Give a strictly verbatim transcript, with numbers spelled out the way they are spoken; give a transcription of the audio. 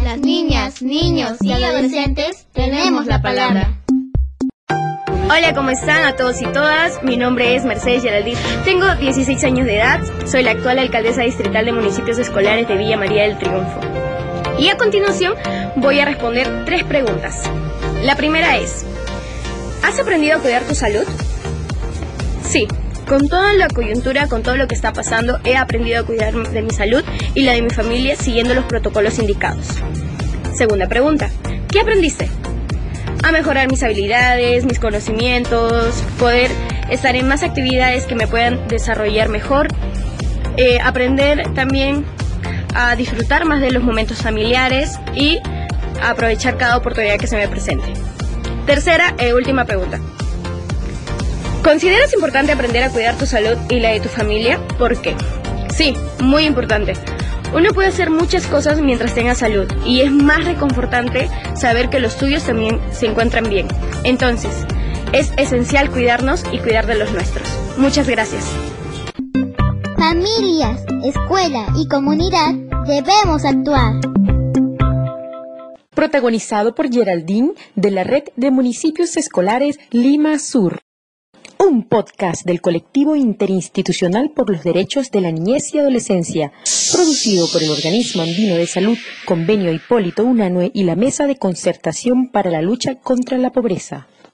Las niñas, niños y adolescentes tenemos la palabra. Hola, ¿cómo están a todos y todas? Mi nombre es Mercedes Geraldine, tengo dieciséis años de edad, soy la actual alcaldesa distrital de municipios escolares de Villa María del Triunfo. Y a continuación voy a responder tres preguntas. La primera es, ¿has aprendido a cuidar tu salud? Sí, con toda la coyuntura, con todo lo que está pasando, he aprendido a cuidar de mi salud y la de mi familia siguiendo los protocolos indicados. Segunda pregunta, ¿qué aprendiste? A mejorar mis habilidades, mis conocimientos, poder estar en más actividades que me puedan desarrollar mejor, eh, aprender también a disfrutar más de los momentos familiares y a aprovechar cada oportunidad que se me presente. Tercera e última pregunta. ¿Consideras importante aprender a cuidar tu salud y la de tu familia? ¿Por qué? Sí, muy importante. Uno puede hacer muchas cosas mientras tenga salud y es más reconfortante saber que los tuyos también se encuentran bien. Entonces, es esencial cuidarnos y cuidar de los nuestros. Muchas gracias. Familias, escuela y comunidad debemos actuar. Protagonizado por Geraldine de la Red de Municipios Escolares Lima Sur. Un podcast del Colectivo Interinstitucional por los Derechos de la Niñez y Adolescencia, producido por el Organismo Andino de Salud, Convenio Hipólito Unanue y la Mesa de Concertación para la Lucha contra la Pobreza.